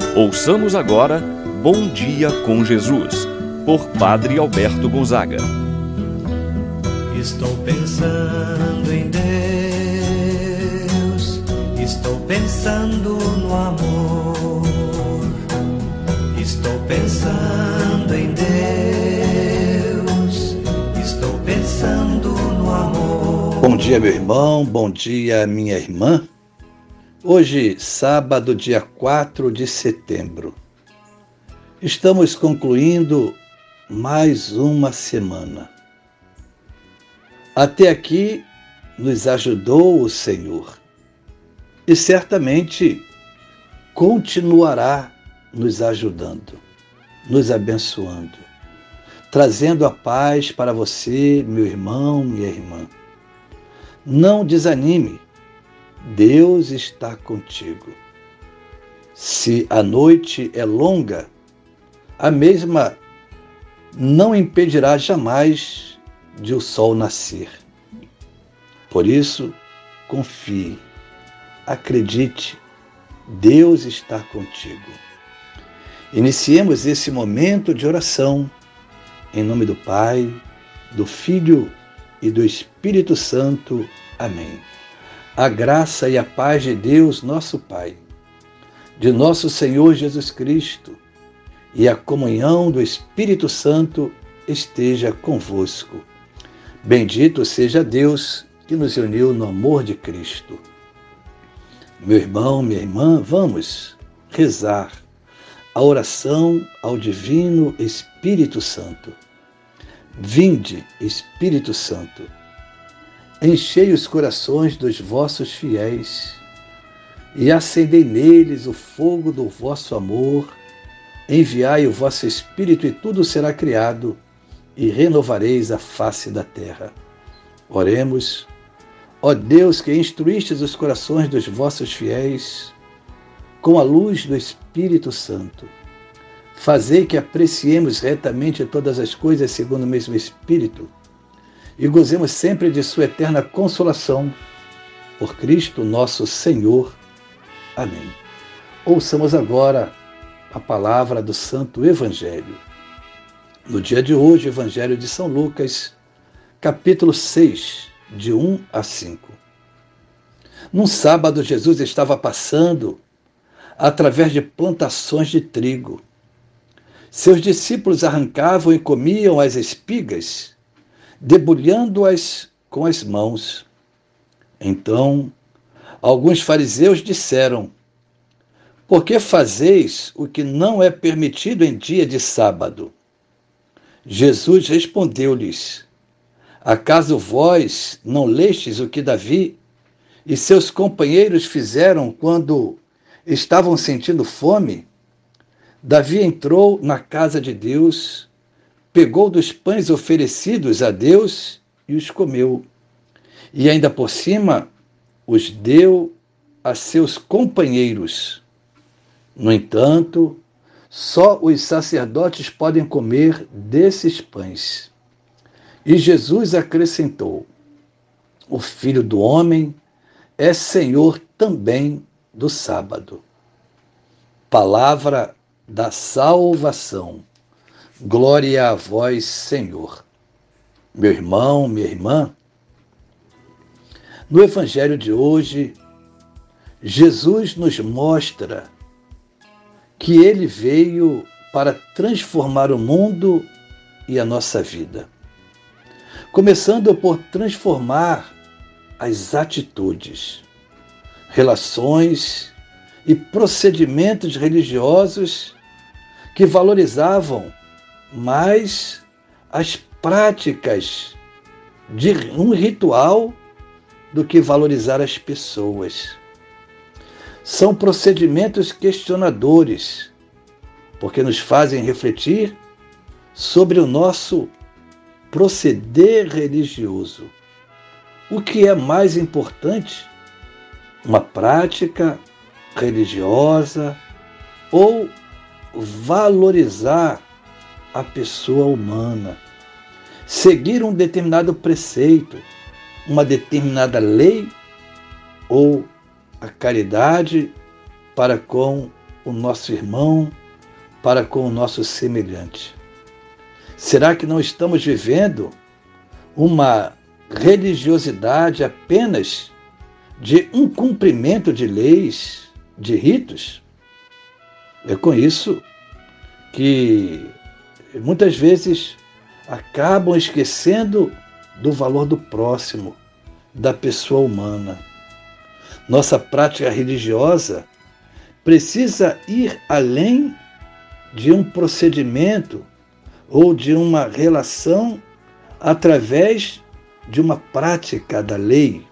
Ouçamos agora Bom Dia com Jesus, por Padre Alberto Gonzaga. Estou pensando em Deus, estou pensando no amor, estou pensando em Deus, estou pensando no amor. Bom dia, meu irmão, bom dia, minha irmã. Hoje, sábado, dia 4 de setembro, estamos concluindo mais uma semana. Até aqui nos ajudou o Senhor e certamente continuará nos ajudando, nos abençoando, trazendo a paz para você, meu irmão, minha irmã. Não desanime. Deus está contigo. Se a noite é longa, a mesma não impedirá jamais de o sol nascer. Por isso, confie, acredite, Deus está contigo. Iniciemos esse momento de oração em nome do Pai, do Filho e do Espírito Santo. Amém. A graça e a paz de Deus, nosso Pai, de nosso Senhor Jesus Cristo e a comunhão do Espírito Santo esteja convosco. Bendito seja Deus que nos uniu no amor de Cristo. Meu irmão, minha irmã, vamos rezar a oração ao Divino Espírito Santo. Vinde, Espírito Santo, enchei os corações dos vossos fiéis e acendei neles o fogo do vosso amor. Enviai o vosso Espírito e tudo será criado e renovareis a face da terra. Oremos. Ó Deus, que instruístes os corações dos vossos fiéis com a luz do Espírito Santo, fazei que apreciemos retamente todas as coisas segundo o mesmo Espírito e gozemos sempre de sua eterna consolação. Por Cristo nosso Senhor. Amém. Ouçamos agora a palavra do Santo Evangelho. No dia de hoje, Evangelho de São Lucas, capítulo 6, de 1 a 5. Num sábado, Jesus estava passando através de plantações de trigo. Seus discípulos arrancavam e comiam as espigas, debulhando-as com as mãos. Então, alguns fariseus disseram: por que fazeis o que não é permitido em dia de sábado? Jesus respondeu-lhes: acaso vós não lestes o que Davi e seus companheiros fizeram quando estavam sentindo fome? Davi entrou na casa de Deus, pegou dos pães oferecidos a Deus e os comeu, e ainda por cima os deu a seus companheiros. No entanto, só os sacerdotes podem comer desses pães. E Jesus acrescentou: o Filho do Homem é Senhor também do sábado. Palavra da salvação. Glória a vós, Senhor. Meu irmão, minha irmã, no Evangelho de hoje, Jesus nos mostra que ele veio para transformar o mundo e a nossa vida. Começando por transformar as atitudes, relações e procedimentos religiosos que valorizavam mais as práticas de um ritual do que valorizar as pessoas. São procedimentos questionadores, porque nos fazem refletir sobre o nosso proceder religioso. O que é mais importante? Uma prática religiosa ou valorizar a pessoa humana, seguir um determinado preceito, uma determinada lei ou a caridade para com o nosso irmão para com o nosso semelhante? Será que não estamos vivendo uma religiosidade apenas de um cumprimento de leis, de ritos? É com isso que muitas vezes acabam esquecendo do valor do próximo, da pessoa humana. Nossa prática religiosa precisa ir além de um procedimento ou de uma relação através de uma prática da lei.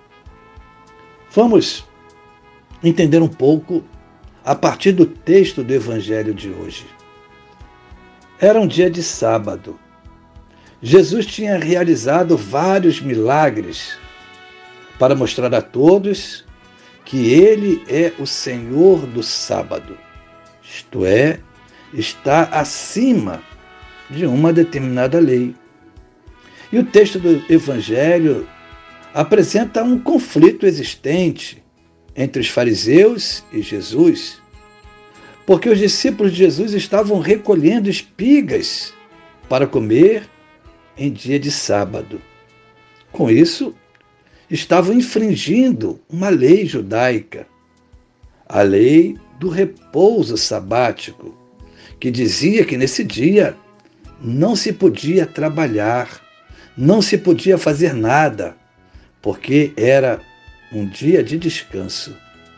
Vamos entender um pouco a partir do texto do Evangelho de hoje. Era um dia de sábado. Jesus tinha realizado vários milagres para mostrar a todos que Ele é o Senhor do sábado, isto é, está acima de uma determinada lei. E o texto do Evangelho apresenta um conflito existente entre os fariseus e Jesus, porque os discípulos de Jesus estavam recolhendo espigas para comer em dia de sábado. Com isso, estavam infringindo uma lei judaica, a lei do repouso sabático, que dizia que nesse dia não se podia trabalhar, não se podia fazer nada, porque era um dia de descanso.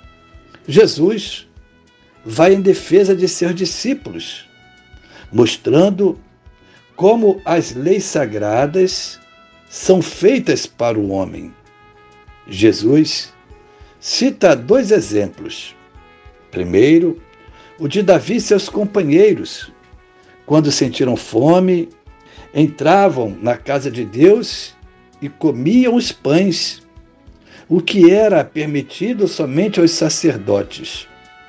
Jesus vai em defesa de seus discípulos, mostrando como as leis sagradas são feitas para o homem. Jesus cita 2 exemplos. Primeiro, o de Davi e seus companheiros, quando sentiram fome, entravam na casa de Deus e comiam os pães, o que era permitido somente aos sacerdotes.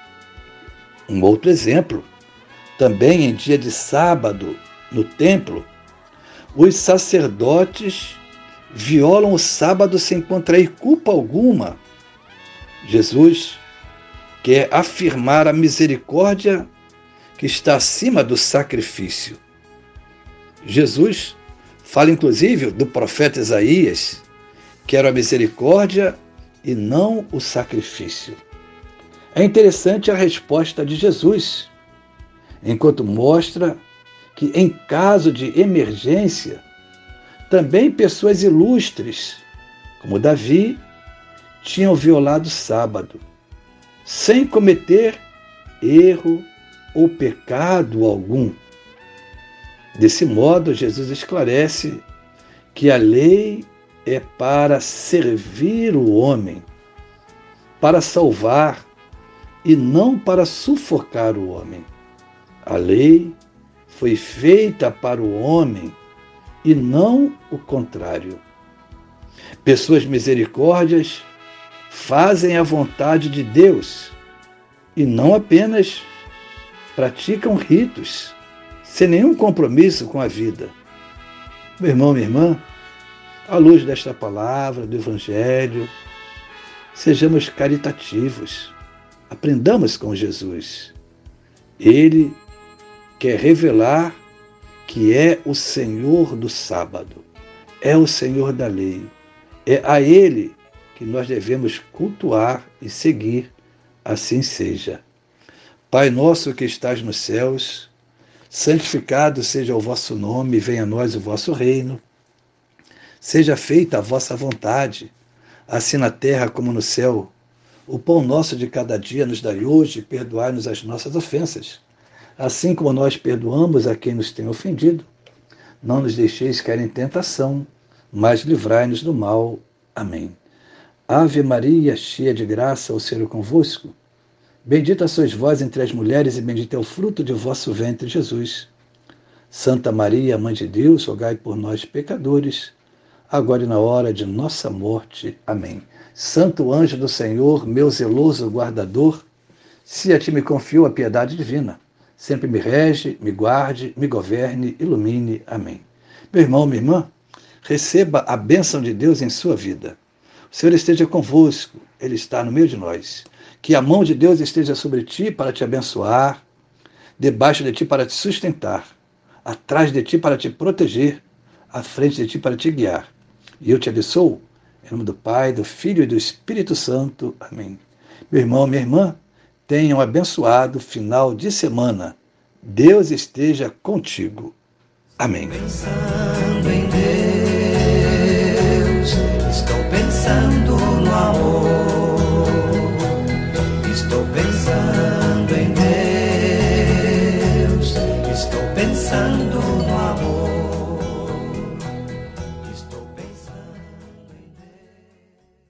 Um outro exemplo, também em dia de sábado, no templo, os sacerdotes violam o sábado sem contrair culpa alguma. Jesus quer afirmar a misericórdia que está acima do sacrifício. Jesus fala inclusive do profeta Isaías, que era a misericórdia e não o sacrifício. É interessante a resposta de Jesus, enquanto mostra que em caso de emergência, também pessoas ilustres, como Davi, tinham violado o sábado, sem cometer erro ou pecado algum. Desse modo, Jesus esclarece que a lei é para servir o homem, para salvar e não para sufocar o homem. A lei foi feita para o homem e não o contrário. Pessoas misericórdias fazem a vontade de Deus e não apenas praticam ritos sem nenhum compromisso com a vida. Meu irmão, minha irmã, à luz desta palavra do Evangelho, sejamos caritativos, aprendamos com Jesus. Ele quer revelar que é o Senhor do sábado, é o Senhor da lei, é a Ele que nós devemos cultuar e seguir, assim seja. Pai nosso que estás nos céus, santificado seja o vosso nome, venha a nós o vosso reino, seja feita a vossa vontade, assim na terra como no céu. O pão nosso de cada dia nos dai hoje, e perdoai-nos as nossas ofensas, assim como nós perdoamos a quem nos tem ofendido. Não nos deixeis cair em tentação, mas livrai-nos do mal. Amém. Ave Maria, cheia de graça, o Senhor é convosco. Bendita sois vós entre as mulheres, e bendito é o fruto de vosso ventre, Jesus. Santa Maria, Mãe de Deus, rogai por nós, pecadores, agora e na hora de nossa morte. Amém. Santo anjo do Senhor, meu zeloso guardador, se a ti me confio a piedade divina, sempre me rege, me guarde, me governe, ilumine. Amém. Meu irmão, minha irmã, receba a bênção de Deus em sua vida. O Senhor esteja convosco, Ele está no meio de nós. Que a mão de Deus esteja sobre ti para te abençoar, debaixo de ti para te sustentar, atrás de ti para te proteger, à frente de ti para te guiar. E eu te abençoo, em nome do Pai, do Filho e do Espírito Santo. Amém. Meu irmão, minha irmã, tenha um abençoado final de semana. Deus esteja contigo. Amém. Pensando em Deus, estou pensando no amor. Estou pensando em Deus, estou pensando